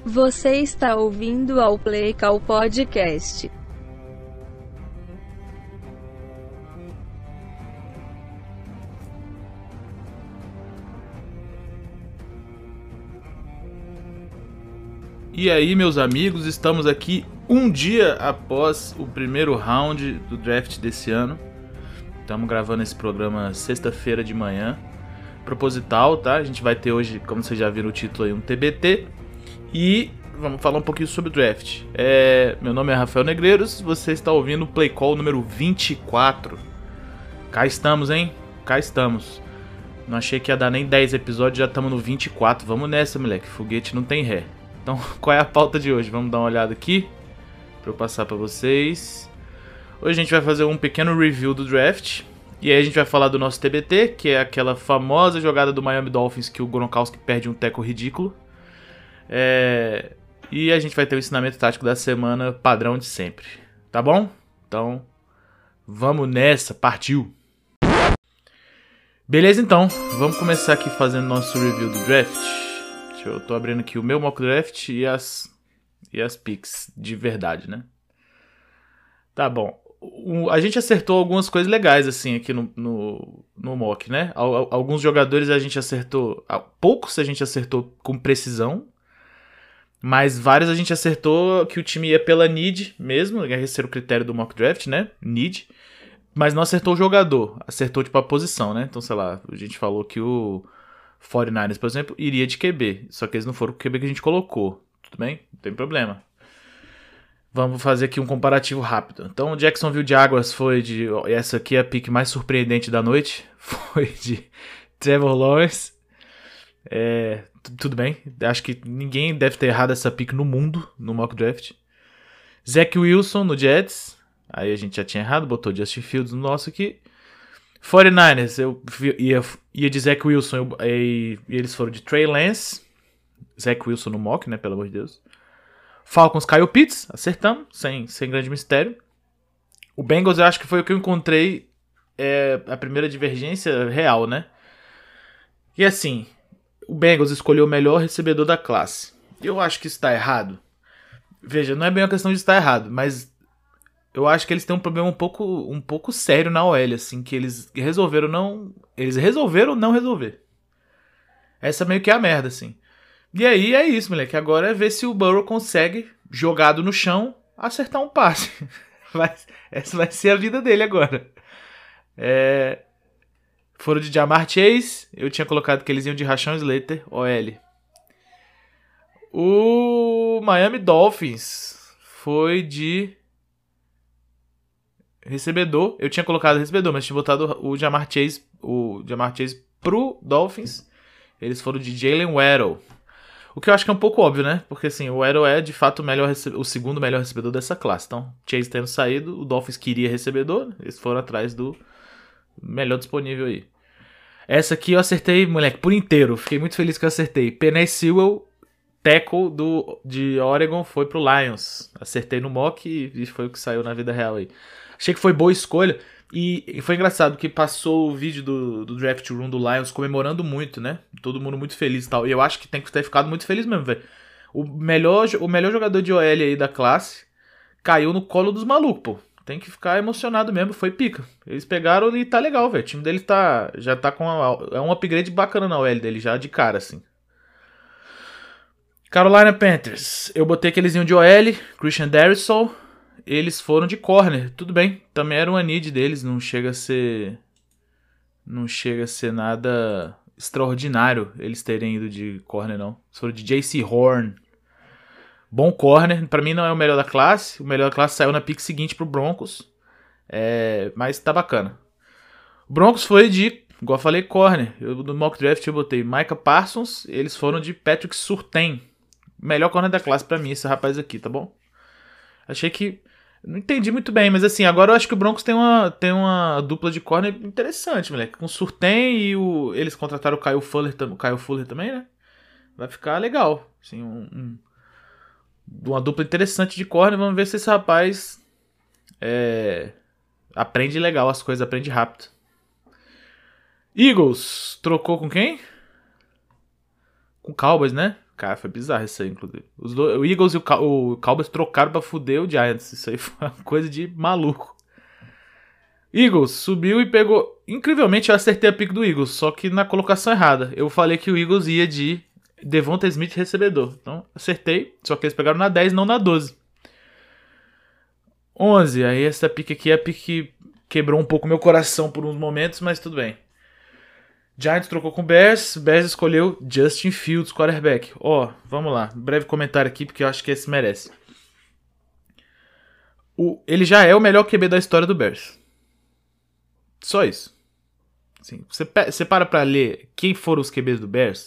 Você está ouvindo ao Play Call Podcast. E aí, meus amigos, estamos aqui um dia após o primeiro round do draft desse ano. Estamos gravando esse programa sexta-feira de manhã, proposital, tá? A gente vai ter hoje, como vocês já viram o título aí, um TBT. E vamos falar um pouquinho sobre o draft. Meu nome é Rafael Negreiros, você está ouvindo o Play Call número 24. Cá estamos, hein? Cá estamos. Não achei que ia dar nem 10 episódios, já estamos no 24. Vamos nessa, moleque, foguete não tem ré. Então, qual é a pauta de hoje? Vamos dar uma olhada aqui para eu passar para vocês. Hoje a gente vai fazer um pequeno review do draft. E aí a gente vai falar do nosso TBT, que é aquela famosa jogada do Miami Dolphins que o Gronkowski perde um tackle ridículo. E a gente vai ter o ensinamento tático da semana, padrão de sempre. Tá bom? Então, vamos nessa, partiu! Beleza, então. Vamos começar aqui fazendo nosso review do draft. Eu tô abrindo aqui o meu mock draft e as picks de verdade, né? Tá bom. A gente acertou algumas coisas legais, assim, aqui no mock, né? Alguns jogadores a gente acertou... Poucos a gente acertou com precisão. Mas vários a gente acertou que o time ia pela need mesmo. Esse era o critério do mock draft, né? Need. Mas não acertou o jogador. Acertou, tipo, a posição, né? Então, sei lá, a gente falou que o 49ers, por exemplo, iria de QB. Só que eles não foram o QB que a gente colocou. Tudo bem? Não tem problema. Vamos fazer aqui um comparativo rápido. Então, o Jacksonville Jaguars foi de... Essa aqui é a pick mais surpreendente da noite. Foi de Trevor Lawrence. Tudo bem. Acho que ninguém deve ter errado essa pick no mundo, no mock draft. Zach Wilson no Jets. Aí a gente já tinha errado, botou Justin Fields no nosso aqui. 49ers, eu ia de Zach Wilson e eles foram de Trey Lance. Zach Wilson no mock, né, pelo amor de Deus. Falcons, Kyle Pitts, acertamos, sem grande mistério. O Bengals eu acho que foi o que eu encontrei a primeira divergência real, né. E assim, o Bengals escolheu o melhor recebedor da classe. Eu acho que isso está errado. Veja, não é bem uma questão de estar errado, mas eu acho que eles têm um problema um pouco sério na OL, assim, que eles resolveram não resolver. Essa meio que é a merda, assim. E aí é isso, moleque. Agora é ver se o Burrow consegue, jogado no chão, acertar um passe. Essa vai ser a vida dele agora. Foram de Ja'Marr Chase. Eu tinha colocado que eles iam de Rashawn Slater, OL. O Miami Dolphins foi de recebedor. Eu tinha colocado recebedor, mas tinha botado o Ja'Marr Chase pro Dolphins. Eles foram de Jalen Waddle. O que eu acho que é um pouco óbvio, né? Porque assim, o Waddle é de fato o segundo melhor recebedor dessa classe. Então, Chase tendo saído, o Dolphins queria recebedor. Eles foram atrás do melhor disponível aí. Essa aqui eu acertei, moleque, por inteiro. Fiquei muito feliz que eu acertei. Penei Sewell, tackle de Oregon, foi pro Lions. Acertei no mock e foi o que saiu na vida real aí. Achei que foi boa escolha. E foi engraçado que passou o vídeo do Draft Room do Lions comemorando muito, né? Todo mundo muito feliz e tal. E eu acho que tem que ter ficado muito feliz mesmo, velho. O melhor jogador de OL aí da classe caiu no colo dos malucos, pô. Tem que ficar emocionado mesmo, foi pica. Eles pegaram e tá legal, velho. O time dele já tá com um upgrade bacana na OL dele, já de cara, assim. Carolina Panthers. Eu botei que eles iam de OL, Christian Darrisaw. Eles foram de corner, tudo bem. Também era uma need deles, não chega a ser nada extraordinário eles terem ido de corner, não. Eles foram de J.C. Horn. Bom corner, pra mim não é o melhor da classe. O melhor da classe saiu na pick seguinte pro Broncos. Mas tá bacana. O Broncos foi de, igual eu falei, corner. No mock draft eu botei Micah Parsons. Eles foram de Patrick Surtain. Melhor corner da classe pra mim, esse rapaz aqui, tá bom? Achei que... Não entendi muito bem, mas assim, agora eu acho que o Broncos tem uma dupla de corner interessante, moleque. Com o Surtain e eles contrataram o Kyle Fuller também, né? Vai ficar legal. Assim, uma dupla interessante de corner. Vamos ver se esse rapaz aprende legal as coisas, aprende rápido. Eagles trocou com quem? Com o Cowboys, né? Cara, foi bizarro isso aí, inclusive. O Eagles e o Cowboys trocaram pra fuder o Giants. Isso aí foi uma coisa de maluco. Eagles subiu e pegou... Incrivelmente eu acertei a pick do Eagles, só que na colocação errada. Eu falei que o Eagles ia de Devonta Smith recebedor. Então acertei, só que eles pegaram na 10, não na 12. 11, aí essa pick aqui é a pick que quebrou um pouco meu coração por uns momentos, mas tudo bem. Giants trocou com o Bears escolheu Justin Fields, quarterback. Vamos lá, breve comentário aqui, porque eu acho que esse merece. Ele já é o melhor QB da história do Bears. Só isso. Assim, você para pra ler quem foram os QBs do Bears.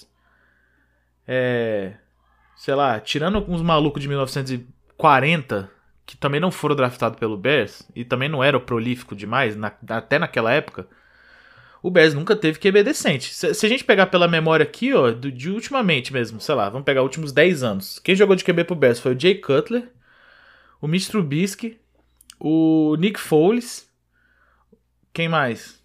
Sei lá, tirando uns malucos de 1940, que também não foram draftados pelo Bears, e também não era prolífico demais, até naquela época, o Bears nunca teve QB decente. Se a gente pegar pela memória aqui, de ultimamente mesmo, sei lá, vamos pegar os últimos 10 anos. Quem jogou de QB pro Bears foi o Jay Cutler, o Mitch Trubisky, o Nick Foles, quem mais?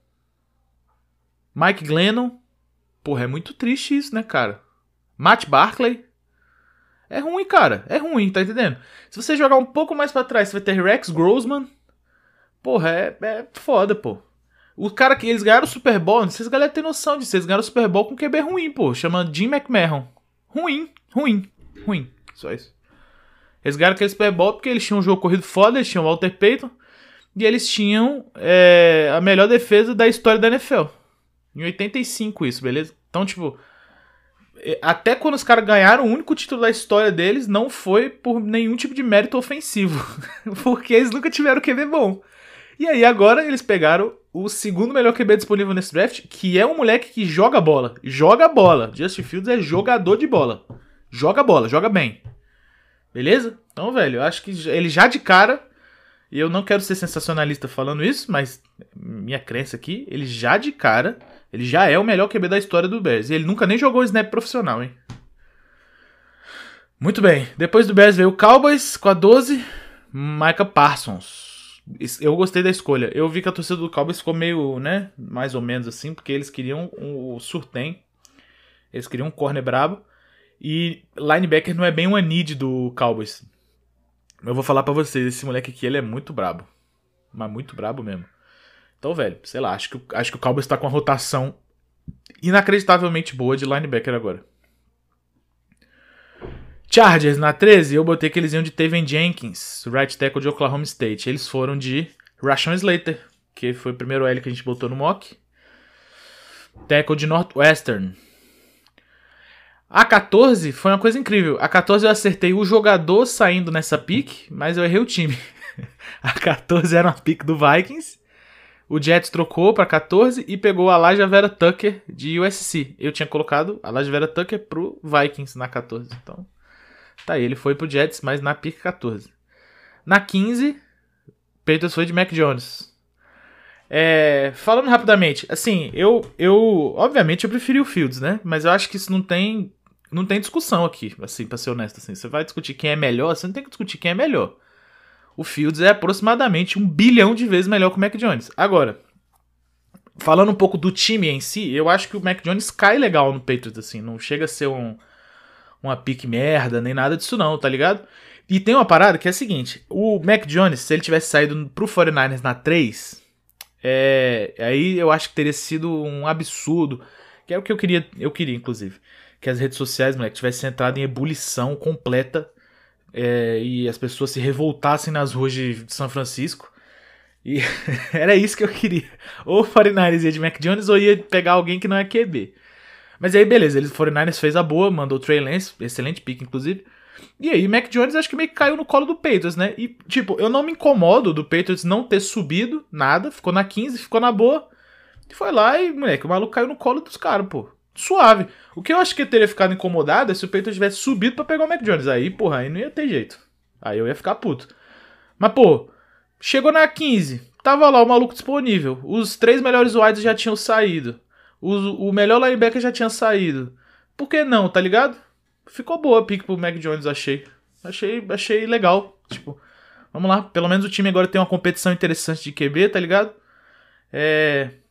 Mike Glennon. Porra, é muito triste isso, né, cara? Matt Barkley. É ruim, cara. É ruim, tá entendendo? Se você jogar um pouco mais pra trás, você vai ter Rex Grossman. Porra, é foda, pô. O cara que eles ganharam o Super Bowl, não sei se a galera tem noção disso. Eles ganharam o Super Bowl com QB ruim, pô. Chama Jim McMahon. Ruim. Só isso. Eles ganharam aquele Super Bowl porque eles tinham um jogo corrido foda, eles tinham o Walter Payton. E eles tinham a melhor defesa da história da NFL. Em 85 isso, beleza? Então, tipo... Até quando os caras ganharam, o único título da história deles não foi por nenhum tipo de mérito ofensivo. Porque eles nunca tiveram QB bom. E aí agora eles pegaram o segundo melhor QB disponível nesse draft, que é um moleque que joga bola. Joga bola. Justin Fields é jogador de bola. Joga bola, joga bem. Beleza? Então, velho, eu acho que ele já de cara... E eu não quero ser sensacionalista falando isso, mas minha crença aqui, ele já de cara... Ele já é o melhor QB da história do Bears. E ele nunca nem jogou snap profissional, hein? Muito bem. Depois do Bears veio o Cowboys com a 12. Micah Parsons. Eu gostei da escolha. Eu vi que a torcida do Cowboys ficou meio, né? Mais ou menos assim. Porque eles queriam o Surtain. Eles queriam um corner brabo. E linebacker não é bem uma need do Cowboys. Eu vou falar pra vocês. Esse moleque aqui, ele é muito brabo. Mas muito brabo mesmo. Então, velho, sei lá, acho que o Cowboys tá com uma rotação inacreditavelmente boa de linebacker agora. Chargers, na 13, eu botei que eles iam de Taven Jenkins, right tackle de Oklahoma State. Eles foram de Rashawn Slater, que foi o primeiro L que a gente botou no mock. Tackle de Northwestern. A 14 foi uma coisa incrível. A 14 eu acertei o jogador saindo nessa pick, mas eu errei o time. A 14 era uma pick do Vikings. O Jets trocou para 14 e pegou a Elijah Vera Tucker de USC. Eu tinha colocado a Elijah Vera Tucker pro Vikings na 14. Então, tá aí, ele foi pro Jets, mas na pick 14. Na 15, Patriots foi de Mac Jones. Falando rapidamente, assim, eu obviamente eu preferi o Fields, né? Mas eu acho que isso não tem discussão aqui, assim, pra ser honesto. Assim. Você vai discutir quem é melhor, você não tem que discutir quem é melhor. O Fields é aproximadamente 1 bilhão de vezes melhor que o Mac Jones. Agora, falando um pouco do time em si, eu acho que o Mac Jones cai legal no Patriots, assim. Não chega a ser uma pique merda, nem nada disso não, tá ligado? E tem uma parada que é a seguinte. O Mac Jones, se ele tivesse saído pro 49ers na 3, aí eu acho que teria sido um absurdo. Que é o que eu queria, inclusive. Que as redes sociais, moleque, tivessem entrado em ebulição completa. E as pessoas se revoltassem nas ruas de São Francisco. E era isso que eu queria. Ou o 49ers ia de Mac Jones ou ia pegar alguém que não é QB. Mas aí beleza, o 49ers fez a boa, mandou o Trey Lance, excelente pick inclusive. E aí Mac Jones acho que meio que caiu no colo do Patriots, né? E tipo, eu não me incomodo do Patriots não ter subido nada, ficou na 15, ficou na boa. E foi lá e, moleque, o maluco caiu no colo dos caras, pô. Suave. O que eu acho que eu teria ficado incomodado é se o Patriots tivesse subido pra pegar o Mac Jones. Aí, porra, aí não ia ter jeito. Aí eu ia ficar puto. Mas, pô, chegou na 15. Tava lá o maluco disponível. Os 3 melhores wides já tinham saído. O melhor linebacker já tinha saído. Por que não, tá ligado? Ficou boa a pick pro Mac Jones, achei. Achei legal. Tipo, vamos lá. Pelo menos o time agora tem uma competição interessante de QB, tá ligado?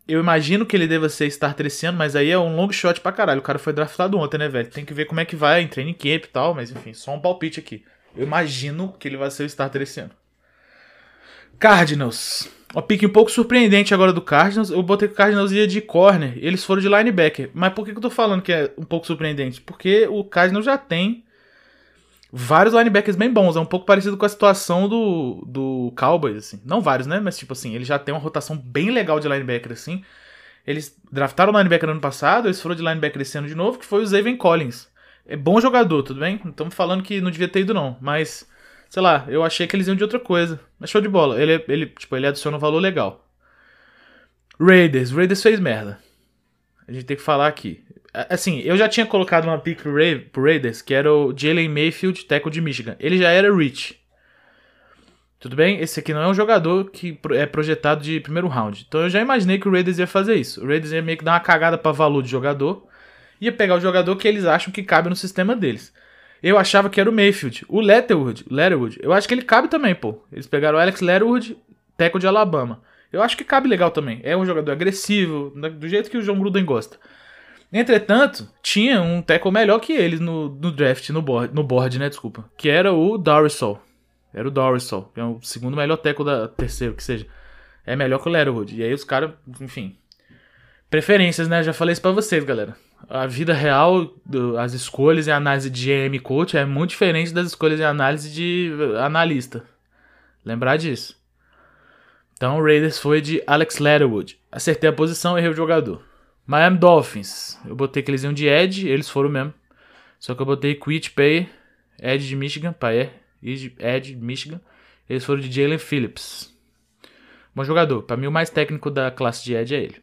Eu imagino que ele deva ser starter esse ano, mas aí é um long shot pra caralho. O cara foi draftado ontem, né, velho? Tem que ver como é que vai em training camp e tal, mas enfim, só um palpite aqui. Eu imagino que ele vai ser o starter esse ano. Cardinals. Uma pick um pouco surpreendente agora do Cardinals. Eu botei que o Cardinals ia de corner. Eles foram de linebacker. Mas por que eu tô falando que é um pouco surpreendente? Porque o Cardinals já tem vários linebackers bem bons. É um pouco parecido com a situação do Cowboys, assim. Não vários, né? Mas tipo assim, ele já tem uma rotação bem legal de linebacker, assim. Eles draftaram o linebacker no ano passado. Eles foram de linebacker esse ano de novo, que foi o Zaven Collins. É bom jogador, tudo bem? Não estamos falando que não devia ter ido, não. Mas... sei lá, eu achei que eles iam de outra coisa. Mas show de bola. Ele adiciona um valor legal. Raiders. Raiders fez merda. A gente tem que falar aqui. Assim, eu já tinha colocado uma pick pro Raiders, que era o Jalen Mayfield, tackle de Michigan. Ele já era rich. Tudo bem? Esse aqui não é um jogador que é projetado de primeiro round. Então eu já imaginei que o Raiders ia fazer isso. O Raiders ia meio que dar uma cagada pra valor de jogador. Ia pegar o jogador que eles acham que cabe no sistema deles. Eu achava que era o Mayfield. O Leatherwood, eu acho que ele cabe também, pô. Eles pegaram o Alex Leatherwood, tackle de Alabama. Eu acho que cabe legal também. É um jogador agressivo, do jeito que o John Gruden gosta. Entretanto, tinha um tackle melhor que ele no draft, no board, né, desculpa. Que era o Dorisol. Era o Dorisol, que é o segundo melhor tackle terceiro, que seja. É melhor que o Leatherwood. E aí os caras, enfim... preferências, né? Já falei isso pra vocês, galera. A vida real, as escolhas e a análise de GM coach é muito diferente das escolhas e análise de analista. Lembrar disso. Então o Raiders foi de Alex Leatherwood. Acertei a posição, errei o jogador. Miami Dolphins. Eu botei que eles iam de Edge, eles foram mesmo. Só que eu botei Quit Pay, Edge de Michigan, Payer, Edge de Michigan. Eles foram de Jalen Phillips. Bom jogador. Pra mim o mais técnico da classe de Edge é ele.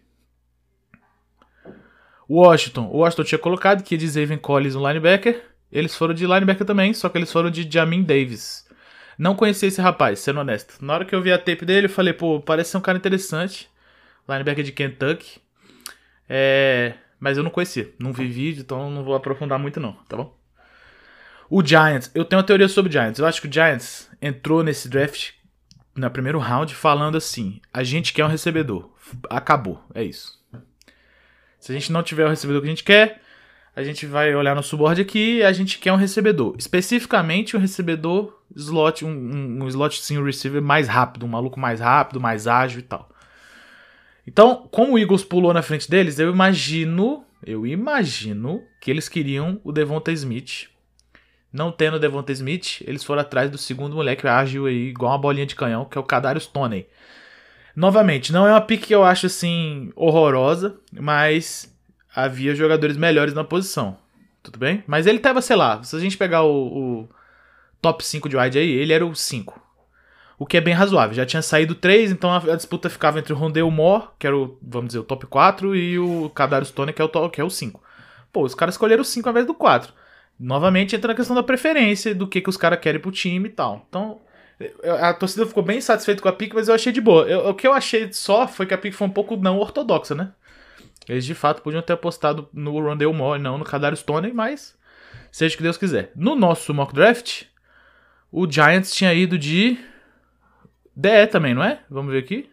O Washington tinha colocado que ia de Zaven Collins no linebacker. Eles foram de linebacker também, só que eles foram de Jamin Davis. Não conhecia esse rapaz, sendo honesto. Na hora que eu vi a tape dele, eu falei, pô, parece ser um cara interessante. Linebacker de Kentucky. Mas eu não conhecia. Não vi vídeo, então não vou aprofundar muito não, tá bom? O Giants, eu tenho uma teoria sobre o Giants. Eu acho que o Giants entrou nesse draft, no primeiro round, falando assim, a gente quer um recebedor. Acabou, é isso. Se a gente não tiver o recebedor que a gente quer, a gente vai olhar no subboard aqui e a gente quer um recebedor. Especificamente um recebedor slot, um slot sim, um receiver mais rápido, um maluco mais rápido, mais ágil e tal. Então, como o Eagles pulou na frente deles, eu imagino que eles queriam o Devonta Smith. Não tendo o Devonta Smith, eles foram atrás do segundo moleque ágil aí, igual uma bolinha de canhão, que é o Kadarius Toney. Novamente, não é uma pick que eu acho assim horrorosa, mas havia jogadores melhores na posição. Tudo bem? Mas ele tava, sei lá, se a gente pegar o top 5 de wide aí, ele era o 5. O que é bem razoável. Já tinha saído 3, então a disputa ficava entre o Rondale Moore, que era o, vamos dizer, o top 4, e o Kadarius Toney, que é o 5. Pô, os caras escolheram o 5 ao invés do 4. Novamente entra na questão da preferência, do que os caras querem pro time e tal. Então... a torcida ficou bem satisfeita com a pick, mas eu achei de boa. O que eu achei só foi que a pick foi um pouco não ortodoxa, né? Eles de fato podiam ter apostado no Rondale Moore, não no Kadarius Toney, mas seja o que Deus quiser. No nosso mock draft, o Giants tinha ido de DE também, não é? Vamos ver aqui.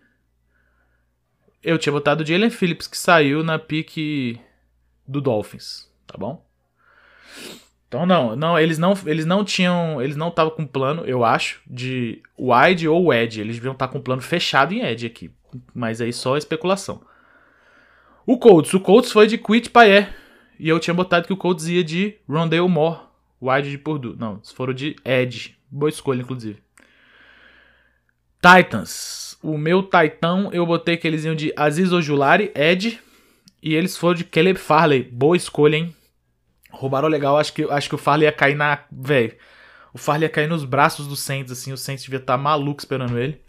Eu tinha botado o Jalen Phillips, que saiu na pick do Dolphins, tá bom? Então eles não estavam com plano, eu acho, de wide ou edge. Eles deviam estar com plano fechado em edge aqui. Mas aí só especulação. O Colts foi de Quit Payer. E eu tinha botado que o Colts ia de Rondale Moore, wide de Purdue. Não, eles foram de edge. Boa escolha, inclusive. Titans. O meu Titan, eu botei que eles iam de Azeez Ojulari, edge. E eles foram de Caleb Farley. Boa escolha, hein? Roubaram legal, acho que o Farley ia cair na... Velho, o Farley ia cair nos braços do Saints, assim, o Saints devia estar maluco esperando ele.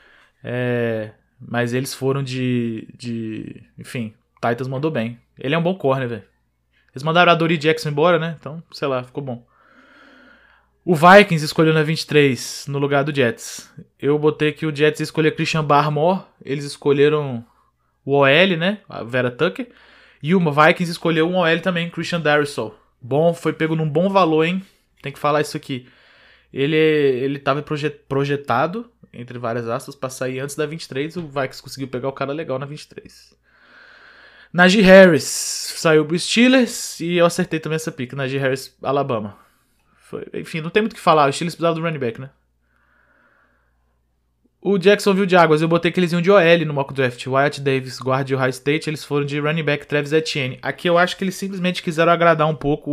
Mas eles foram enfim, o Titans mandou bem. Ele é um bom corner, velho. Eles mandaram a Dory Jackson embora, né? Então, sei lá, ficou bom. O Vikings escolheu na 23, no lugar do Jets. Eu botei que o Jets ia escolher Christian Barmore, eles escolheram o OL, né? A Vera Tucker. E o Vikings escolheu um OL também, Christian Darrisaw. Bom, foi pego num bom valor, hein? Tem que falar isso aqui. Ele tava projetado, entre várias aspas, pra sair antes da 23. O Vikings conseguiu pegar o cara legal na 23. Najee Harris saiu pro Steelers e eu acertei também essa pick. Najee Harris, Alabama. Enfim, não tem muito o que falar. O Steelers precisava do running back, né? O Jacksonville Jaguars, eu botei que eles iam de OL no mock draft. Wyatt Davis, guard de Ohio State, eles foram de running back Travis Etienne. Aqui eu acho que eles simplesmente quiseram agradar um pouco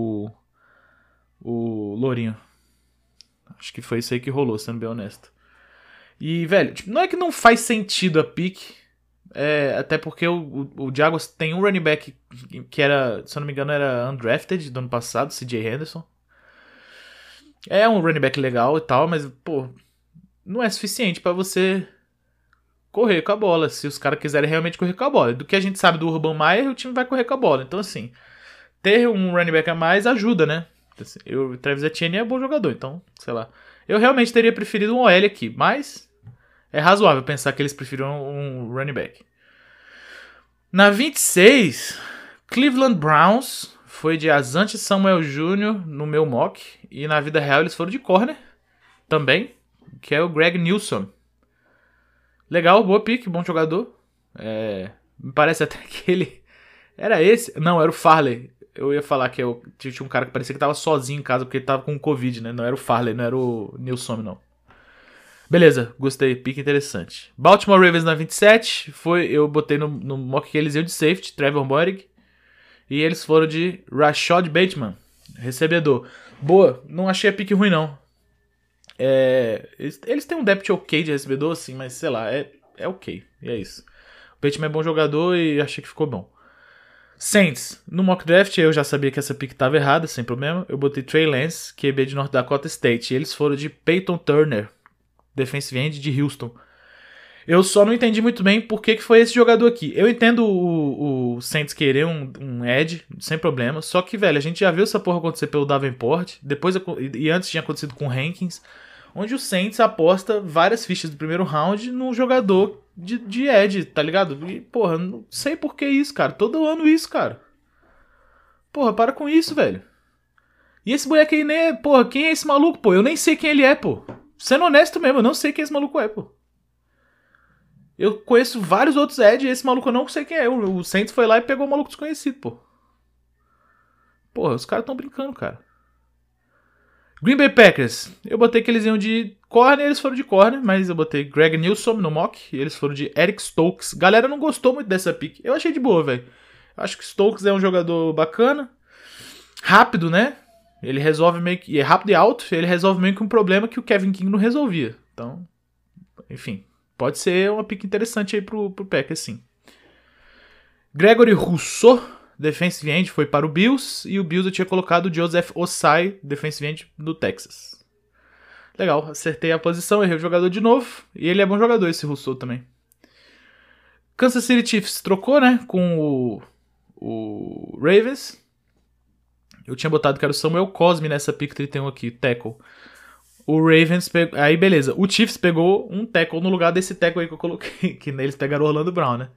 o Lourinho. Acho que foi isso aí que rolou, sendo bem honesto. E, velho, tipo, não é que não faz sentido a pick, até porque o Jaguars tem um running back que era, se eu não me engano, era undrafted do ano passado, CJ Henderson. É um running back legal e tal, mas, pô, não é suficiente pra você correr com a bola, se os caras quiserem realmente correr com a bola. Do que a gente sabe do Urban Meyer, o time vai correr com a bola. Então, assim, ter um running back a mais ajuda, né? O Travis Etienne é bom jogador, então, sei lá. Eu realmente teria preferido um OL aqui, mas é razoável pensar que eles preferiram um running back. Na 26, Cleveland Browns foi de Asante Samuel Jr. no meu mock. E na vida real eles foram de corner também, que é o Greg Nilsson. Legal, boa pick, bom jogador. Me parece até que ele era esse. Não, era o Farley. Eu ia falar que tinha um cara que parecia que tava sozinho em casa porque ele tava com Covid, né? Não era o Farley, não era o Nilsson, não. Beleza, gostei, pique interessante. Baltimore Ravens na 27, eu botei no mock que eles iam de safety, Trevor Moehrig. E eles foram de Rashad Bateman, recebedor. Boa, não achei a pique ruim, não. Eles têm um depth ok de recebedor, assim, mas sei lá, é ok, e é isso. O Bateman é bom jogador e achei que ficou bom. Saints, no mock draft eu já sabia que essa pick estava errada, sem problema. Eu botei Trey Lance, QB de North Dakota State, e eles foram de Peyton Turner, defensive end de Houston. Eu só não entendi muito bem por que foi esse jogador aqui. Eu entendo o Saints querer um edge, sem problema. Só que, velho, a gente já viu essa porra acontecer pelo Davenport. E antes tinha acontecido com o Hankins. Onde o Saints aposta várias fichas do primeiro round num jogador de edge, tá ligado? E, porra, não sei por que isso, cara. Todo ano isso, cara. Porra, para com isso, velho. E esse moleque aí nem é... Porra, quem é esse maluco, pô? Eu nem sei quem ele é, pô. Sendo honesto mesmo, eu não sei quem esse maluco é, pô. Eu conheço vários outros Ed e esse maluco eu não sei quem é. O Saints foi lá e pegou o maluco desconhecido, pô. Porra, os caras tão brincando, cara. Green Bay Packers. Eu botei que eles iam de corner, eles foram de corner, mas eu botei Greg Nilsson no mock e eles foram de Eric Stokes. Galera não gostou muito dessa pick. Eu achei de boa, velho. Acho que Stokes é um jogador bacana. Rápido, né? Ele resolve meio que... E é rápido e alto. Ele resolve meio que um problema que o Kevin King não resolvia. Então, enfim... Pode ser uma pick interessante aí pro Packers, sim. Gregory Rousseau, defensive end, foi para o Bills. E o Bills eu tinha colocado o Joseph Ossai, defensive end, do Texas. Legal, acertei a posição, errei o jogador de novo. E ele é bom jogador, esse Rousseau também. Kansas City Chiefs trocou, né, com o Ravens. Eu tinha botado que era o Samuel Cosme nessa pick 31 aqui, tackle. O Ravens pegou... Aí, beleza. O Chiefs pegou um tackle no lugar desse tackle aí que eu coloquei. Que eles pegaram o Orlando Brown, né?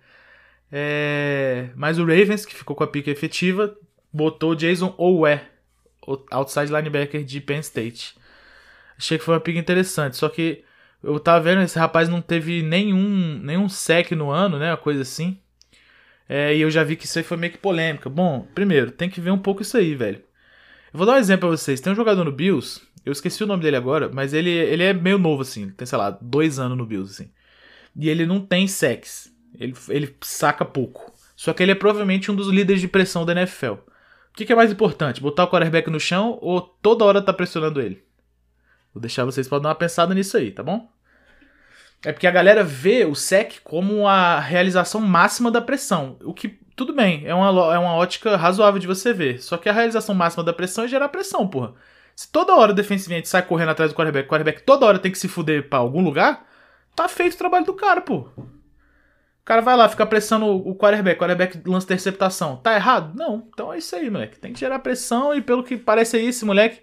Mas o Ravens, que ficou com a pick efetiva, botou Jason Owe, outside linebacker de Penn State. Achei que foi uma pick interessante. Só que eu tava vendo, esse rapaz não teve nenhum sack no ano, né? Uma coisa assim. E eu já vi que isso aí foi meio que polêmica. Bom, primeiro, tem que ver um pouco isso aí, velho. Eu vou dar um exemplo pra vocês. Tem um jogador no Bills... Eu esqueci o nome dele agora, mas ele é meio novo, assim. Tem, sei lá, 2 anos no Bills, assim. E ele não tem sacks. Ele saca pouco. Só que ele é provavelmente um dos líderes de pressão da NFL. O que é mais importante? Botar o quarterback no chão ou toda hora tá pressionando ele? Vou deixar vocês pra dar uma pensada nisso aí, tá bom? É porque a galera vê o sack como a realização máxima da pressão. O que, tudo bem, é uma ótica razoável de você ver. Só que a realização máxima da pressão é gerar pressão, porra. Se toda hora o defensivamente sai correndo atrás do quarterback, o quarterback toda hora tem que se fuder pra algum lugar, tá feito o trabalho do cara, pô. O cara vai lá, fica pressionando o quarterback lança interceptação. Tá errado? Não. Então é isso aí, moleque. Tem que gerar pressão e pelo que parece aí, esse moleque,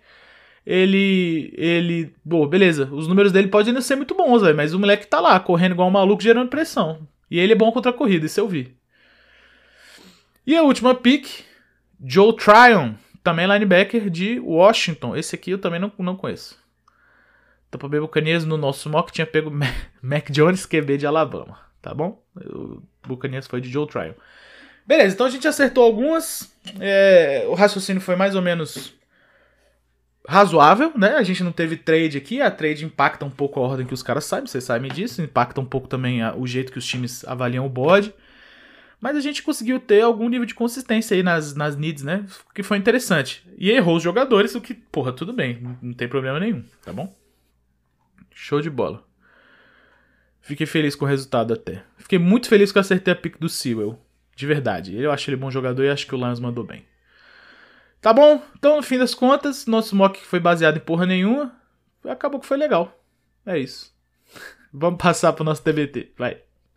Bom, beleza. Os números dele podem não ser muito bons, velho, mas o moleque tá lá, correndo igual um maluco, gerando pressão. E ele é bom contra a corrida, isso eu vi. E a última pick, Joe Tryon. Também linebacker de Washington. Esse aqui eu também não conheço. Tampa Bay Buccaneers no nosso mock tinha pego Mac Jones, QB de Alabama. Tá bom? O Buccaneers foi de Joe Tryon. Beleza, então a gente acertou algumas. O raciocínio foi mais ou menos razoável, né? A gente não teve trade aqui. A trade impacta um pouco a ordem que os caras sabem, vocês sabem disso. Impacta um pouco também o jeito que os times avaliam o board. Mas a gente conseguiu ter algum nível de consistência aí nas needs, né? O que foi interessante. E errou os jogadores, o que, porra, tudo bem. Não tem problema nenhum, tá bom? Show de bola. Fiquei feliz com o resultado até. Fiquei muito feliz que eu acertei a pick do Sewell. De verdade. Eu acho ele bom jogador e acho que o Lions mandou bem. Tá bom? Então, no fim das contas, nosso mock foi baseado em porra nenhuma. Acabou que foi legal. É isso. Vamos passar pro nosso TBT. Vai.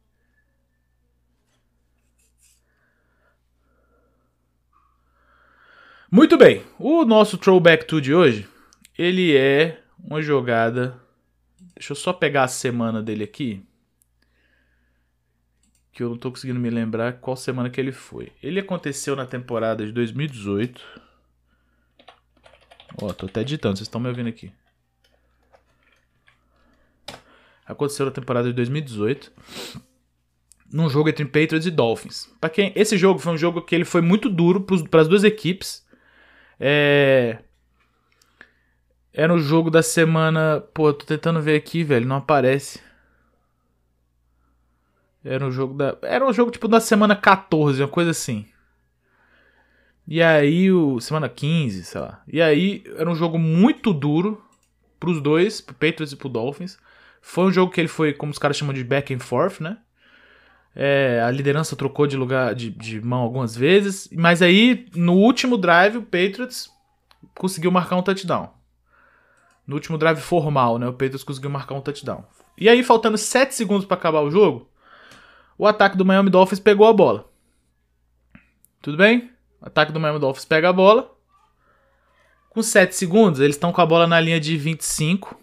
Muito bem. O nosso Throwback 2 de hoje, ele é uma jogada... Deixa eu só pegar a semana dele aqui. Que eu não tô conseguindo me lembrar qual semana que ele foi. Ele aconteceu na temporada de 2018. Ó, tô até editando, vocês estão me ouvindo aqui. Aconteceu na temporada de 2018. Num jogo entre Patriots e Dolphins. Esse jogo foi um jogo que ele foi muito duro para as duas equipes. Era o jogo da semana... Pô, eu tô tentando ver aqui, velho. Não aparece. Era um jogo tipo da semana 14, uma coisa assim. E aí, semana 15, sei lá. E aí, era um jogo muito duro pros dois, pro Patriots e pro Dolphins. Foi um jogo que ele foi, como os caras chamam de back and forth, né? A liderança trocou de lugar, de mão algumas vezes. Mas aí, no último drive, o Patriots conseguiu marcar um touchdown. No último drive formal, né? O Patriots conseguiu marcar um touchdown. E aí, faltando 7 segundos pra acabar o jogo, o ataque do Miami Dolphins pegou a bola. Tudo bem? O ataque do Miami Dolphins pega a bola. Com 7 segundos, eles estão com a bola na linha de 25.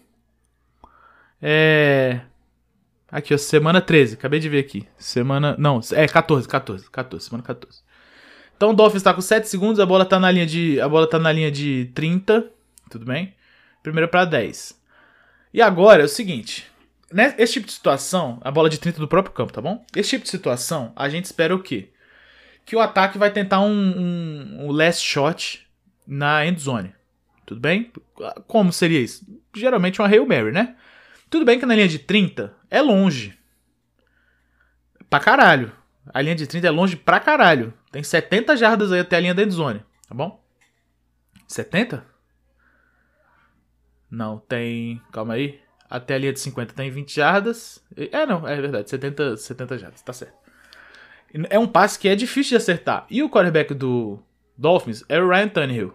Aqui, ó, semana 13. Acabei de ver aqui. Não, 14, semana 14. Então o Dolphins está com 7 segundos, a bola tá na linha de 30. Tudo bem? Primeira para 10. E agora é o seguinte, né? Esse tipo de situação, a bola de 30 do próprio campo, tá bom? Esse tipo de situação, a gente espera o quê? Que o ataque vai tentar um last shot na end zone. Tudo bem? Como seria isso? Geralmente uma Hail Mary, né? Tudo bem que na linha de 30 é longe. Pra caralho. A linha de 30 é longe pra caralho. Tem 70 jardas aí até a linha da end zone, tá bom? 70? Não, tem... Calma aí. Até a linha de 50 tem 20 jardas. Não, é verdade. 70 jardas, tá certo. É um passe que é difícil de acertar. E o quarterback do Dolphins é o Ryan Tannehill.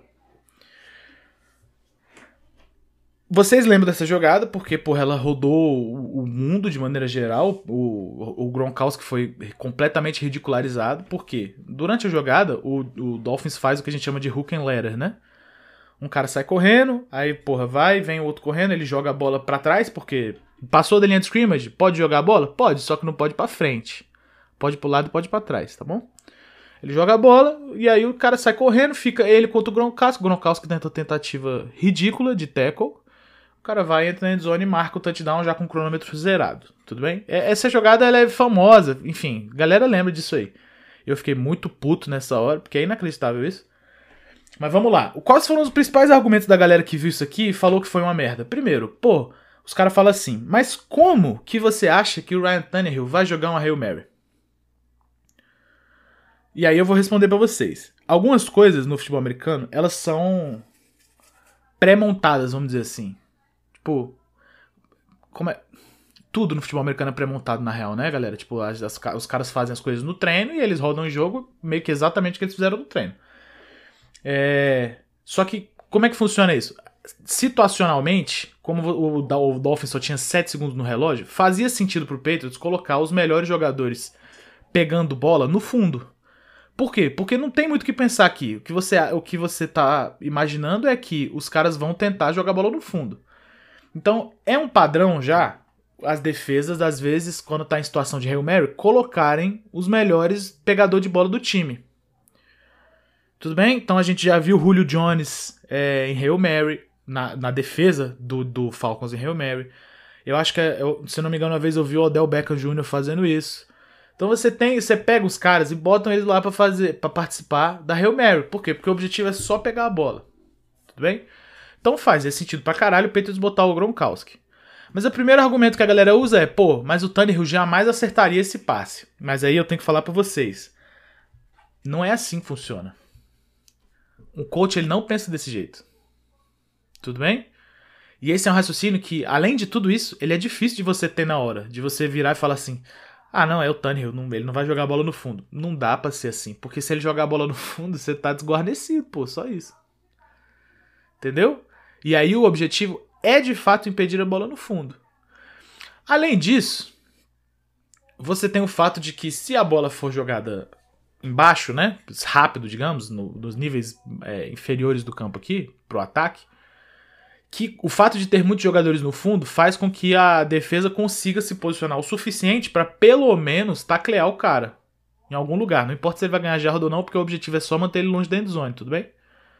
Vocês lembram dessa jogada porque, porra, ela rodou o mundo de maneira geral. O Gronkowski foi completamente ridicularizado. Por quê? Durante a jogada, o Dolphins faz o que a gente chama de hook and ladder, né? Um cara sai correndo, aí, porra, vem o outro correndo, ele joga a bola pra trás, porque passou da linha de scrimmage, pode jogar a bola? Pode, só que não pode pra frente. Pode ir pro lado e pode ir pra trás, tá bom? Ele joga a bola, e aí o cara sai correndo, fica ele contra o Gronkowski. O Gronkowski tenta tentativa ridícula de tackle. O cara vai, entra na endzone e marca o touchdown já com o cronômetro zerado. Tudo bem? Essa jogada ela é famosa, enfim, a galera lembra disso aí. Eu fiquei muito puto nessa hora, porque é inacreditável isso. Mas vamos lá. Quais foram os principais argumentos da galera que viu isso aqui e falou que foi uma merda? Primeiro, pô, os caras falam assim, mas como que você acha que o Ryan Tannehill vai jogar uma Hail Mary? E aí eu vou responder pra vocês. Algumas coisas no futebol americano, elas são pré-montadas, vamos dizer assim. Tipo, tudo no futebol americano é pré-montado na real, né, galera? Tipo, os caras fazem as coisas no treino e eles rodam o jogo meio que exatamente o que eles fizeram no treino. Só que, como é que funciona isso? Situacionalmente, como o Dolphins só tinha 7 segundos no relógio, fazia sentido pro Patriots colocar os melhores jogadores pegando bola no fundo. Por quê? Porque não tem muito o que pensar aqui. O que você tá imaginando é que os caras vão tentar jogar bola no fundo. Então, é um padrão já as defesas, às vezes, quando tá em situação de Hail Mary, colocarem os melhores pegadores de bola do time. Tudo bem? Então a gente já viu o Julio Jones em Hail Mary, na defesa do Falcons em Hail Mary. Eu acho que, se não me engano, uma vez eu vi o Odell Beckham Jr. fazendo isso. Então você pega os caras e botam eles lá para participar da Hail Mary. Por quê? Porque o objetivo é só pegar a bola. Tudo bem? Então faz sentido pra caralho o Patriots botar o Gronkowski. Mas o primeiro argumento que a galera usa é, pô, mas o Tannehill jamais acertaria esse passe. Mas aí eu tenho que falar pra vocês. Não é assim que funciona. Um coach, ele não pensa desse jeito. Tudo bem? E esse é um raciocínio que, além de tudo isso, ele é difícil de você ter na hora. De você virar e falar assim, ah, não, é o Tannehill, ele não vai jogar a bola no fundo. Não dá pra ser assim. Porque se ele jogar a bola no fundo, você tá desguarnecido, pô, só isso. Entendeu? E aí o objetivo é de fato impedir a bola no fundo. Além disso, você tem o fato de que se a bola for jogada embaixo, né, rápido, digamos, nos níveis inferiores do campo aqui, pro ataque, que o fato de ter muitos jogadores no fundo faz com que a defesa consiga se posicionar o suficiente para pelo menos taclear o cara em algum lugar. Não importa se ele vai ganhar jarda ou não, porque o objetivo é só manter ele longe da endzone, tudo bem?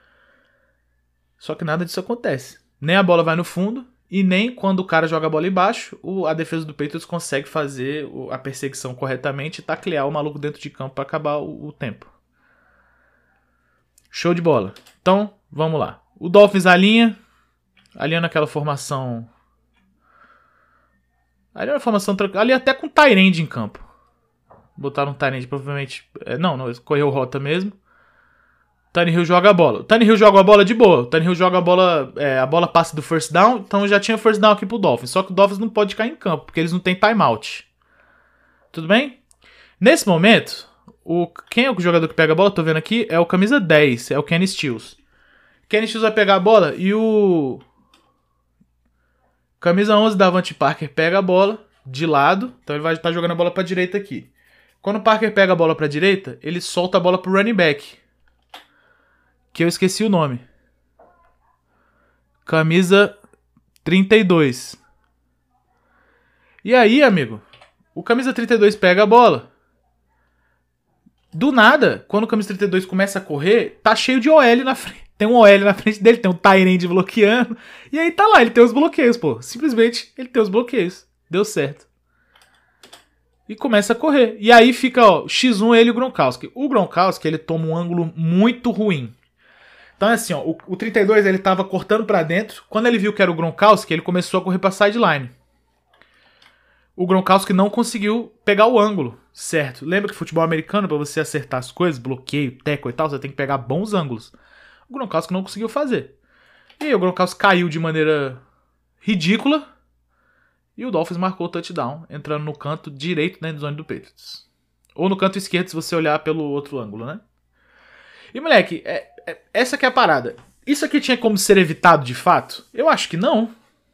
Só que nada disso acontece. Nem a bola vai no fundo e nem quando o cara joga a bola embaixo, a defesa do Patriots consegue fazer a perseguição corretamente e taclear o maluco dentro de campo para acabar o tempo. Show de bola. Então, vamos lá. O Dolphins alinha naquela formação. Ali até com o tight end em campo. Botaram um tight end, provavelmente. Não, correu rota mesmo. Tannehill joga a bola. O Tannehill joga a bola de boa. O Tannehill joga a bola passa do first down, então já tinha first down aqui pro Dolphins. Só que o Dolphins não pode cair em campo, porque eles não têm timeout. Tudo bem? Nesse momento, quem é o jogador que pega a bola? Tô vendo aqui, é o camisa 10, é o Kenny Stills. Kenny Stills vai pegar a bola e o camisa 11, Davante Parker, pega a bola de lado, então ele vai estar jogando a bola pra direita aqui. Quando o Parker pega a bola pra direita, ele solta a bola pro running back, que eu esqueci o nome. Camisa 32. E aí, amigo, o camisa 32 pega a bola. Do nada, quando o camisa 32 começa a correr, tá cheio de OL na frente. Tem um OL na frente dele, tem um tight end bloqueando. E aí tá lá, ele tem os bloqueios, pô. Simplesmente, ele tem os bloqueios. Deu certo. E começa a correr. E aí fica, ó, X1 ele e o Gronkowski. O Gronkowski, ele toma um ângulo muito ruim. Então é assim, ó, o 32 ele tava cortando pra dentro. Quando ele viu que era o Gronkowski, ele começou a correr pra sideline. O Gronkowski não conseguiu pegar o ângulo, certo? Lembra que futebol americano, pra você acertar as coisas, bloqueio, tackle e tal, você tem que pegar bons ângulos. O Gronkowski não conseguiu fazer. E aí o Gronkowski caiu de maneira ridícula. E o Dolphins marcou o touchdown, entrando no canto direito da endzone do Patriots. Ou no canto esquerdo, se você olhar pelo outro ângulo, né? E, moleque, essa que é a parada. Isso aqui tinha como ser evitado de fato? Eu acho que não.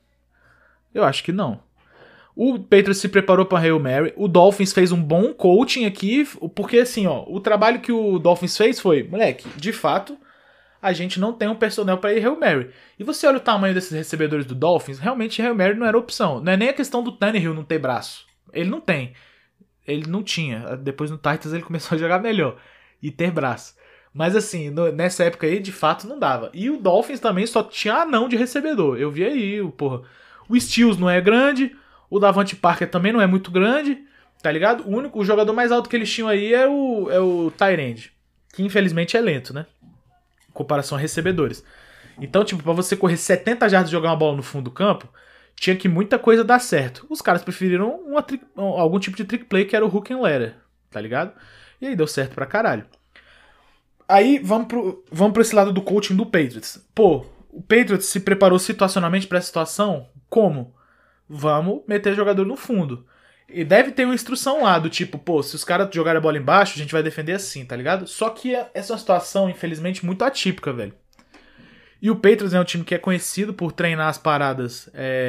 Eu acho que não. O Patriots se preparou para Hail Mary. O Dolphins fez um bom coaching aqui. Porque, assim, ó, o trabalho que o Dolphins fez foi, moleque, de fato, a gente não tem um personnel para ir Hail Mary. E você olha o tamanho desses recebedores do Dolphins, realmente Hail Mary não era opção. Não é nem a questão do Tannehill não ter braço. Ele não tem. Ele não tinha. Depois no Titans ele começou a jogar melhor. E ter braço. Mas assim, nessa época aí, de fato, não dava. E o Dolphins também só tinha anão de recebedor. Eu vi aí, o Stills não é grande, o Davante Parker também não é muito grande, tá ligado? O jogador mais alto que eles tinham aí é o tight end, que infelizmente é lento, né? Em comparação a recebedores. Então, tipo, pra você correr 70 jardas e jogar uma bola no fundo do campo, tinha que muita coisa dar certo. Os caras preferiram algum tipo de trick play, que era o hook and ladder, tá ligado? E aí deu certo pra caralho. Aí, vamos pro esse lado do coaching do Patriots. Pô, o Patriots se preparou situacionalmente pra essa situação? Como? Vamos meter jogador no fundo. E deve ter uma instrução lá do tipo, pô, se os caras jogarem a bola embaixo, a gente vai defender assim, tá ligado? Só que essa é uma situação, infelizmente, muito atípica, velho. E o Patriots é um time que é conhecido por treinar as paradas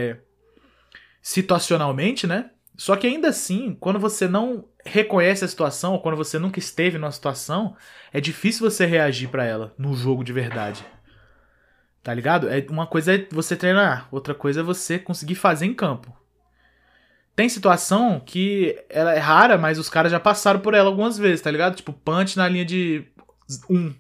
situacionalmente, né? Só que ainda assim, quando você não reconhece a situação, ou quando você nunca esteve numa situação, é difícil você reagir pra ela no jogo de verdade. Tá ligado? Uma coisa é você treinar, outra coisa é você conseguir fazer em campo. Tem situação que ela é rara, mas os caras já passaram por ela algumas vezes, tá ligado? Tipo, punch na linha de 1.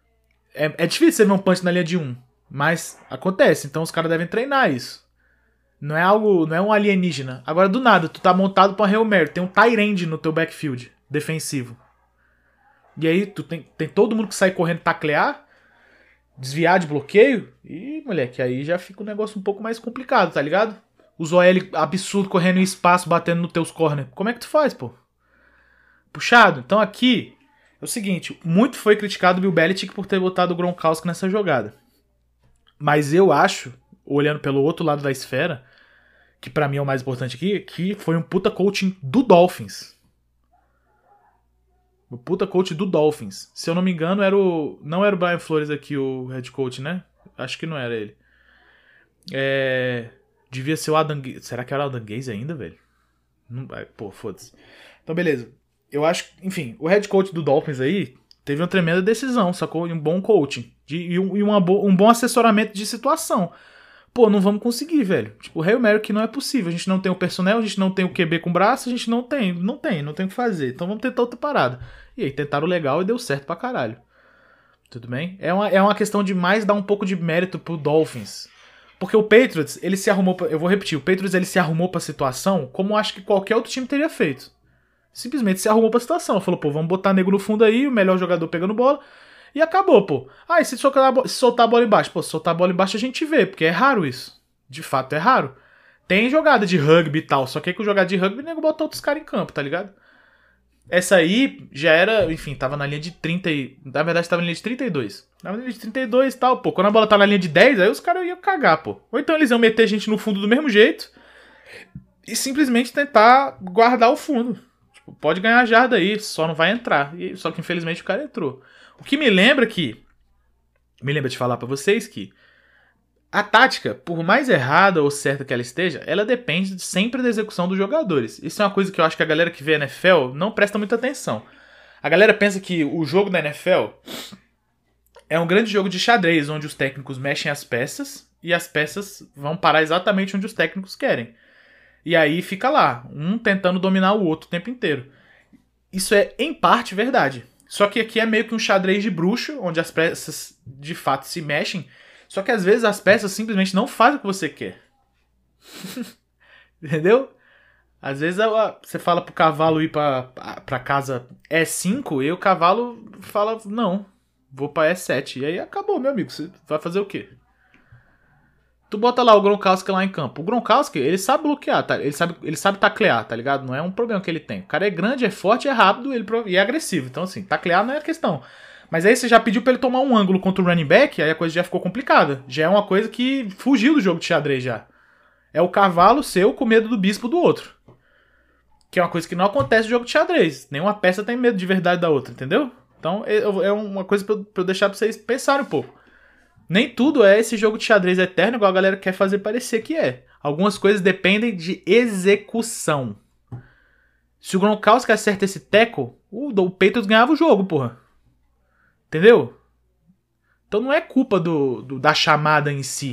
É difícil você ver um punch na linha de 1, mas acontece, então os caras devem treinar isso. Não é algo, não é um alienígena. Agora, do nada, tu tá montado pra Hail Mary, tem um tight end no teu backfield defensivo. E aí, tu tem todo mundo que sai correndo taclear, desviar de bloqueio, e, moleque, aí já fica um negócio um pouco mais complicado, tá ligado? Os OL absurdo correndo em espaço, batendo nos teus corner. Como é que tu faz, pô? Puxado. Então aqui, é o seguinte, muito foi criticado o Bill Belichick por ter botado o Gronkowski nessa jogada. Mas eu acho, olhando pelo outro lado da esfera, que pra mim é o mais importante aqui, que foi um puta coaching do Dolphins. O puta coach do Dolphins. Se eu não me engano, não era o Brian Flores aqui, o head coach, né? Acho que não era ele. Devia ser o Adam Gaze. Será que era o Adam Gaze ainda, velho? Não, pô, foda-se. Então, beleza. Eu acho, enfim, o head coach do Dolphins aí teve uma tremenda decisão, sacou? E um bom coaching. Um bom assessoramento de situação. Pô, não vamos conseguir, velho. Tipo, o Hail Mary que não é possível. A gente não tem o personnel, a gente não tem o QB com braço, a gente não tem o que fazer. Então vamos tentar outra parada. E aí tentaram legal e deu certo pra caralho. Tudo bem? É uma questão de mais dar um pouco de mérito pro Dolphins. Porque o Patriots, ele se arrumou eu vou repetir, o Patriots ele se arrumou pra situação como acho que qualquer outro time teria feito. Simplesmente se arrumou pra situação. Falou, pô, vamos botar nego no fundo aí, o melhor jogador pegando bola. E acabou, pô. Ah, e se soltar a bola embaixo? Pô, se soltar a bola embaixo a gente vê, porque é raro isso. De fato, é raro. Tem jogada de rugby e tal, só que aí com jogada de rugby o nego botou outros caras em campo, tá ligado? Essa aí já era, enfim, tava na linha de 30 na verdade tava na linha de 32. Tava na linha de 32 e tal, pô. Quando a bola tá na linha de 10, aí os caras iam cagar, pô. Ou então eles iam meter gente no fundo do mesmo jeito e simplesmente tentar guardar o fundo. Tipo, pode ganhar a jarda aí, só não vai entrar. Só que infelizmente o cara entrou. O que me lembra de falar pra vocês que a tática, por mais errada ou certa que ela esteja, ela depende sempre da execução dos jogadores. Isso é uma coisa que eu acho que a galera que vê a NFL não presta muita atenção. A galera pensa que o jogo da NFL é um grande jogo de xadrez, onde os técnicos mexem as peças e as peças vão parar exatamente onde os técnicos querem. E aí fica lá, um tentando dominar o outro o tempo inteiro. Isso é, em parte, verdade. Só que aqui é meio que um xadrez de bruxo, onde as peças de fato se mexem, só que às vezes as peças simplesmente não fazem o que você quer. Entendeu? Às vezes você fala pro cavalo ir pra casa E5 e o cavalo fala, não, vou pra E7. E aí acabou, meu amigo, você vai fazer o quê? Tu bota lá o Gronkowski lá em campo. O Gronkowski, ele sabe bloquear, tá? Ele sabe taclear, tá ligado? Não é um problema que ele tem. O cara é grande, é forte, é rápido e é agressivo. Então, assim, taclear não é questão. Mas aí você já pediu pra ele tomar um ângulo contra o running back, aí a coisa já ficou complicada. Já é uma coisa que fugiu do jogo de xadrez já. É o cavalo seu com medo do bispo do outro. Que é uma coisa que não acontece no jogo de xadrez. Nenhuma peça tem medo de verdade da outra, entendeu? Então, é uma coisa pra eu deixar pra vocês pensarem um pouco. Nem tudo é esse jogo de xadrez eterno, igual a galera quer fazer parecer que é. Algumas coisas dependem de execução. Se o Gronkowski acerta esse tackle, o Patriots ganhava o jogo, porra. Entendeu? Então não é culpa da chamada em si.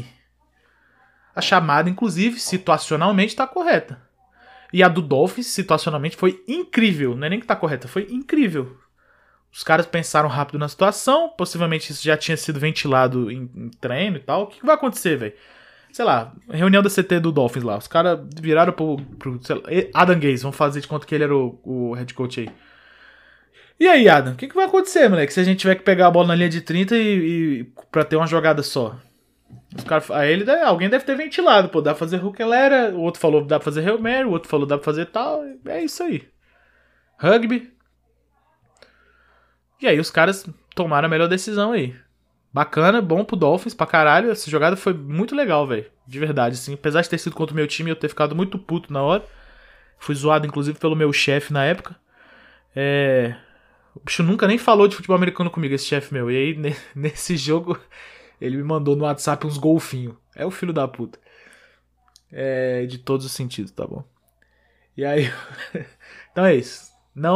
A chamada, inclusive, situacionalmente está correta. E a do Dolphins, situacionalmente, foi incrível. Não é nem que tá correta, foi incrível. Os caras pensaram rápido na situação, possivelmente isso já tinha sido ventilado em treino e tal. O que vai acontecer, velho? Sei lá, reunião da CT do Dolphins lá. Os caras viraram pro sei lá, Adam Gaze, vamos fazer de conta que ele era o head coach aí. E aí, Adam, o que vai acontecer, moleque, se a gente tiver que pegar a bola na linha de 30 e pra ter uma jogada só? Os caras, aí alguém deve ter ventilado, pô, dá pra fazer Hukelera, o outro falou dá pra fazer Hail Mary, o outro falou dá pra fazer tal, é isso aí. Rugby. E aí os caras tomaram a melhor decisão aí. Bacana, bom pro Dolphins pra caralho. Essa jogada foi muito legal, velho. De verdade, assim. Apesar de ter sido contra o meu time e eu ter ficado muito puto na hora. Fui zoado, inclusive, pelo meu chefe na época. O bicho nunca nem falou de futebol americano comigo, esse chefe meu. E aí, nesse jogo, ele me mandou no WhatsApp uns golfinhos. É o filho da puta. De todos os sentidos, tá bom? E aí... Então é isso.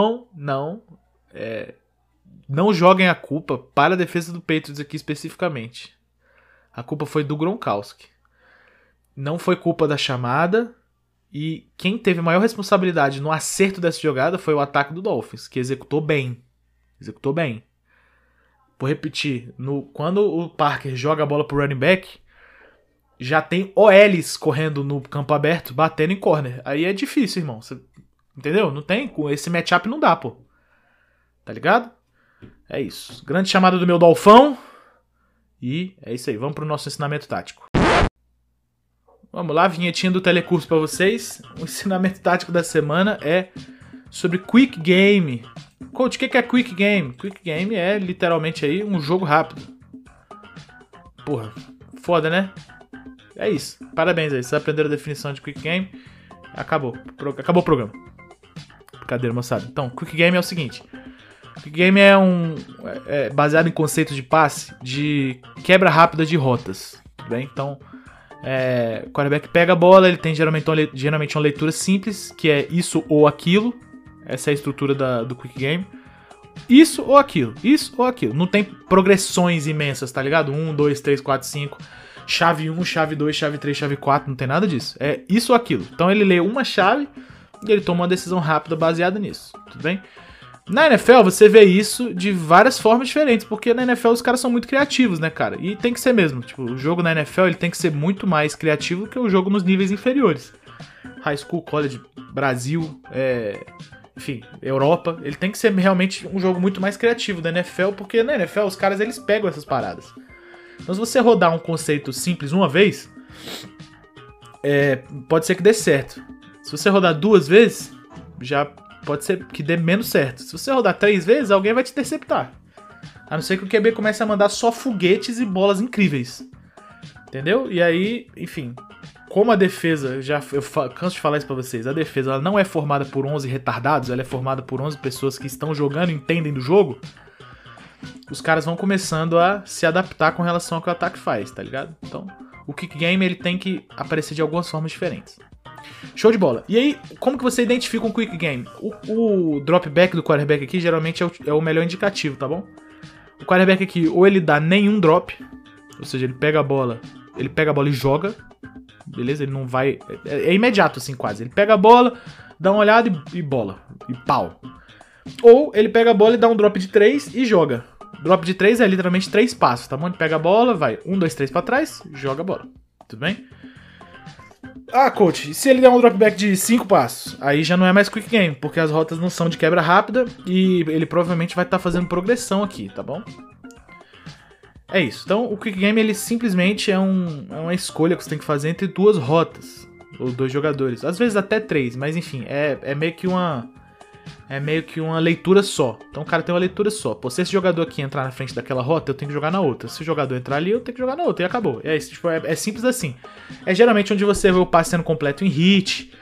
Não joguem a culpa para a defesa do Patriots aqui especificamente. A culpa foi do Gronkowski. Não foi culpa da chamada. E quem teve maior responsabilidade no acerto dessa jogada foi o ataque do Dolphins, que executou bem. Executou bem. Vou repetir. Quando o Parker joga a bola pro running back, já tem OLs correndo no campo aberto, batendo em corner. Aí é difícil, irmão. Você, entendeu? Não tem, com esse matchup não dá, pô. Tá ligado? É isso. Grande chamada do meu Dolfão. E é isso aí. Vamos pro nosso ensinamento tático. Vamos lá, vinhetinha do telecurso pra vocês. O ensinamento tático da semana é sobre Quick Game. Coach, o que é Quick Game? Quick Game é literalmente aí um jogo rápido. Porra, foda, né? É isso. Parabéns aí. Vocês aprenderam a definição de Quick Game. Acabou. Acabou o programa. Brincadeira, moçada. Então, Quick Game é o seguinte. Quick Game é baseado em conceitos de passe de quebra rápida de rotas. Tudo bem? Então, o quarterback pega a bola, ele tem geralmente uma leitura simples, que é isso ou aquilo. Essa é a estrutura do Quick Game. Isso ou aquilo, isso ou aquilo. Não tem progressões imensas, tá ligado? 1, 2, 3, 4, 5. Chave 1, chave 2, chave 3, chave 4. Não tem nada disso. É isso ou aquilo. Então ele lê uma chave e ele toma uma decisão rápida baseada nisso. Tudo bem? Na NFL você vê isso de várias formas diferentes, porque na NFL os caras são muito criativos, né, cara? E tem que ser mesmo. Tipo, o jogo na NFL ele tem que ser muito mais criativo que o jogo nos níveis inferiores. High School, College, Brasil, enfim, Europa. Ele tem que ser realmente um jogo muito mais criativo da NFL, porque na NFL os caras eles pegam essas paradas. Então se você rodar um conceito simples uma vez, pode ser que dê certo. Se você rodar 2 vezes, já pode ser que dê menos certo. Se você rodar 3 vezes, alguém vai te interceptar. A não ser que o QB comece a mandar só foguetes e bolas incríveis. Entendeu? E aí, enfim, como a defesa, eu canso de falar isso pra vocês, a defesa ela não é formada por 11 retardados, ela é formada por 11 pessoas que estão jogando e entendem do jogo. Os caras vão começando a se adaptar com relação ao que o ataque faz, tá ligado? Então, o Quick Game ele tem que aparecer de algumas formas diferentes. Show de bola. E aí, como que você identifica um Quick Game? O dropback do quarterback aqui geralmente é o melhor indicativo, tá bom? O quarterback aqui, ou ele dá nenhum drop, ou seja, ele pega a bola e joga, beleza? Ele não vai... É imediato assim quase. Ele pega a bola, dá uma olhada e bola. E pau. Ou ele pega a bola e dá um drop de 3 e joga. Drop de 3 é literalmente 3 passos, tá bom? Ele pega a bola, vai 1, 2, 3 pra trás, joga a bola. Tudo bem? Ah, coach, e se ele der um dropback de 5 passos? Aí já não é mais Quick Game, porque as rotas não são de quebra rápida e ele provavelmente vai estar fazendo progressão aqui, tá bom? É isso. Então o Quick Game ele simplesmente é uma escolha que você tem que fazer entre 2 rotas, ou 2 jogadores. Às vezes até 3, mas enfim, é meio que uma leitura só. Então o cara tem uma leitura só. Pô, se esse jogador aqui entrar na frente daquela rota, eu tenho que jogar na outra. Se o jogador entrar ali, eu tenho que jogar na outra. E acabou. É isso. Tipo, é simples assim. É geralmente onde você vê o passe sendo completo em hit.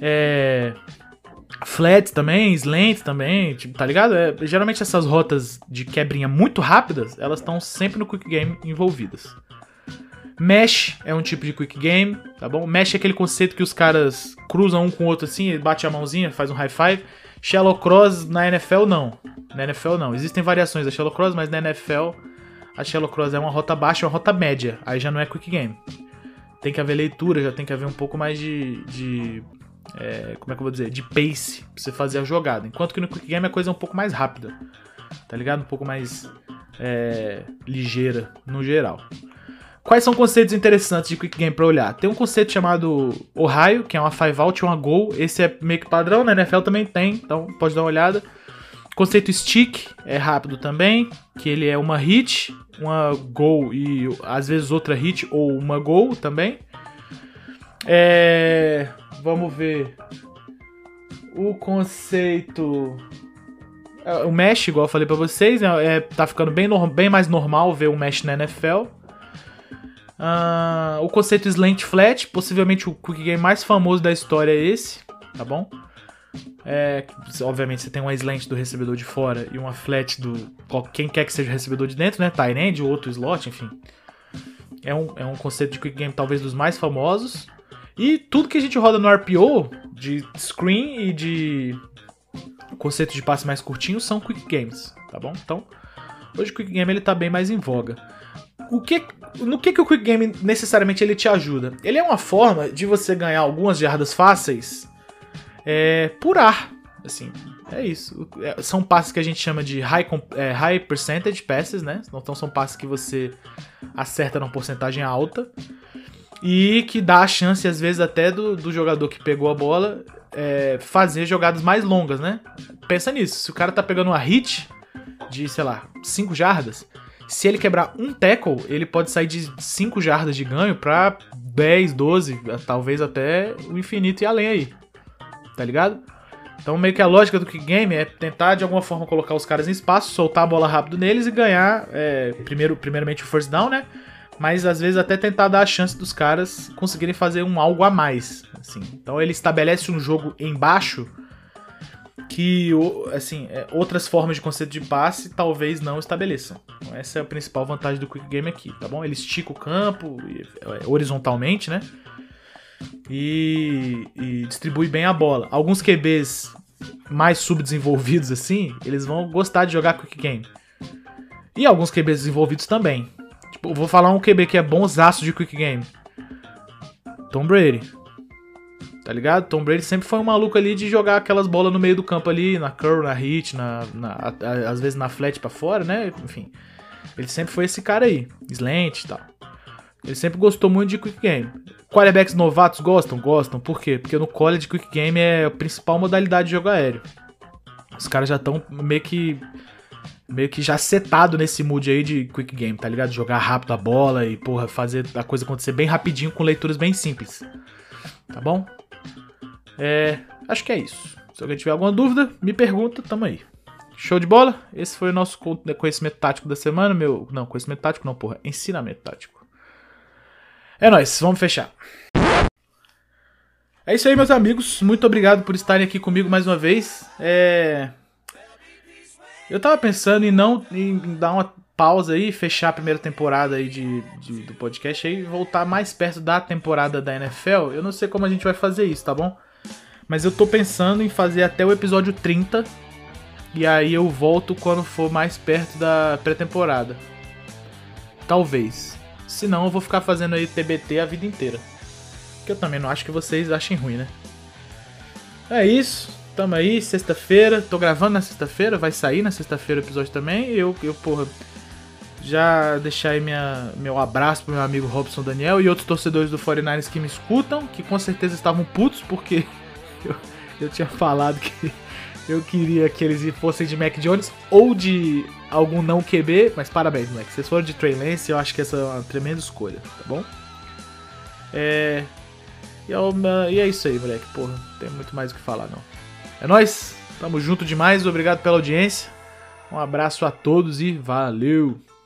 Flat também, slant também, tipo, tá ligado? Geralmente essas rotas de quebrinha muito rápidas, elas estão sempre no Quick Game envolvidas. Mesh é um tipo de Quick Game, tá bom? Mesh é aquele conceito que os caras cruzam um com o outro assim, ele bate a mãozinha, faz um high five. Shallow Cross na NFL não. Na NFL não. Existem variações da Shallow Cross, mas na NFL a Shallow Cross é uma rota baixa, uma rota média. Aí já não é Quick Game. Tem que haver leitura, já tem que haver um pouco mais como é que eu vou dizer? De pace pra você fazer a jogada. Enquanto que no Quick Game a coisa é um pouco mais rápida. Tá ligado? Um pouco mais ligeira no geral. Quais são conceitos interessantes de Quick Game pra olhar? Tem um conceito chamado Ohio, que é uma 5-out e uma goal. Esse é meio que padrão, na NFL também tem, então pode dar uma olhada. Conceito Stick é rápido também, que ele é uma hit, uma goal e às vezes outra hit ou uma goal também. Vamos ver. O conceito... O mesh, igual eu falei pra vocês, tá ficando bem mais normal ver o mesh na NFL. O conceito Slant Flat, possivelmente o Quick Game mais famoso da história é esse, tá bom? Obviamente você tem uma slant do recebedor de fora e uma flat do quem quer que seja o recebedor de dentro, né? Tight end, outro slot, enfim. É um conceito de Quick Game talvez dos mais famosos. E tudo que a gente roda no RPO, de screen e de conceito de passe mais curtinho, são Quick Games, tá bom? Então, hoje o Quick Game ele tá bem mais em voga. No que o Quick Game necessariamente ele te ajuda? Ele é uma forma de você ganhar algumas jardas fáceis por ar, assim, é isso. São passes que a gente chama de high percentage passes, né? Então são passes que você acerta numa porcentagem alta. e que dá a chance, às vezes, até do jogador que pegou a bola fazer jogadas mais longas, né? Pensa nisso, se o cara tá pegando uma hit de, sei lá, 5 jardas, se ele quebrar um tackle, ele pode sair de 5 jardas de ganho pra 10, 12, talvez até o infinito e além aí, tá ligado? Então meio que a lógica do kick game é tentar de alguma forma colocar os caras em espaço, soltar a bola rápido neles e ganhar primeiramente o first down, né? Mas às vezes até tentar dar a chance dos caras conseguirem fazer algo a mais, assim. Então ele estabelece um jogo embaixo que, assim, outras formas de conceito de passe talvez não estabeleçam. Então essa é a principal vantagem do quick game aqui, tá bom? Ele estica o campo horizontalmente, né? E distribui bem a bola. Alguns QBs mais subdesenvolvidos assim, eles vão gostar de jogar quick game. E alguns QBs desenvolvidos também. Tipo, eu vou falar um QB que é bonzaço de quick game. Tom Brady. Tá ligado? Tom Brady sempre foi um maluco ali de jogar aquelas bolas no meio do campo ali, na curl, na hit, às vezes na flat pra fora, né? Enfim. Ele sempre foi esse cara aí. Slant e tal. Ele sempre gostou muito de quick game. Quarterbacks novatos gostam? Gostam. Por quê? Porque no college quick game é a principal modalidade de jogo aéreo. Os caras já estão meio que já setado nesse mood aí de quick game, tá ligado? Jogar rápido a bola e, porra, fazer a coisa acontecer bem rapidinho com leituras bem simples. Tá bom? Acho que é isso. Se alguém tiver alguma dúvida, me pergunta, tamo aí. Show de bola? Esse foi o nosso conhecimento tático da semana. Não, conhecimento tático não, porra. Ensinamento tático. É nóis, vamos fechar. É isso aí, meus amigos. Muito obrigado por estarem aqui comigo mais uma vez. Eu tava pensando em dar uma pausa aí, fechar a primeira temporada aí do podcast aí e voltar mais perto da temporada da NFL. Eu não sei como a gente vai fazer isso, tá bom? Mas eu tô pensando em fazer até o episódio 30. E aí eu volto quando for mais perto da pré-temporada. Talvez. Se não, eu vou ficar fazendo aí TBT a vida inteira. Que eu também não acho que vocês achem ruim, né? É isso. Tamo aí, sexta-feira. Tô gravando na sexta-feira. Vai sair na sexta-feira o episódio também. Eu porra, já deixar aí meu abraço pro meu amigo Robson Daniel e outros torcedores do 49ers que me escutam, que com certeza estavam putos, porque eu tinha falado que eu queria que eles fossem de Mac Jones ou de algum não QB, mas parabéns, moleque. Vocês foram de Trey Lance, eu acho que essa é uma tremenda escolha, tá bom? E é isso aí, moleque. Porra, não tem muito mais o que falar, não. É nóis, tamo junto demais, obrigado pela audiência. Um abraço a todos e valeu!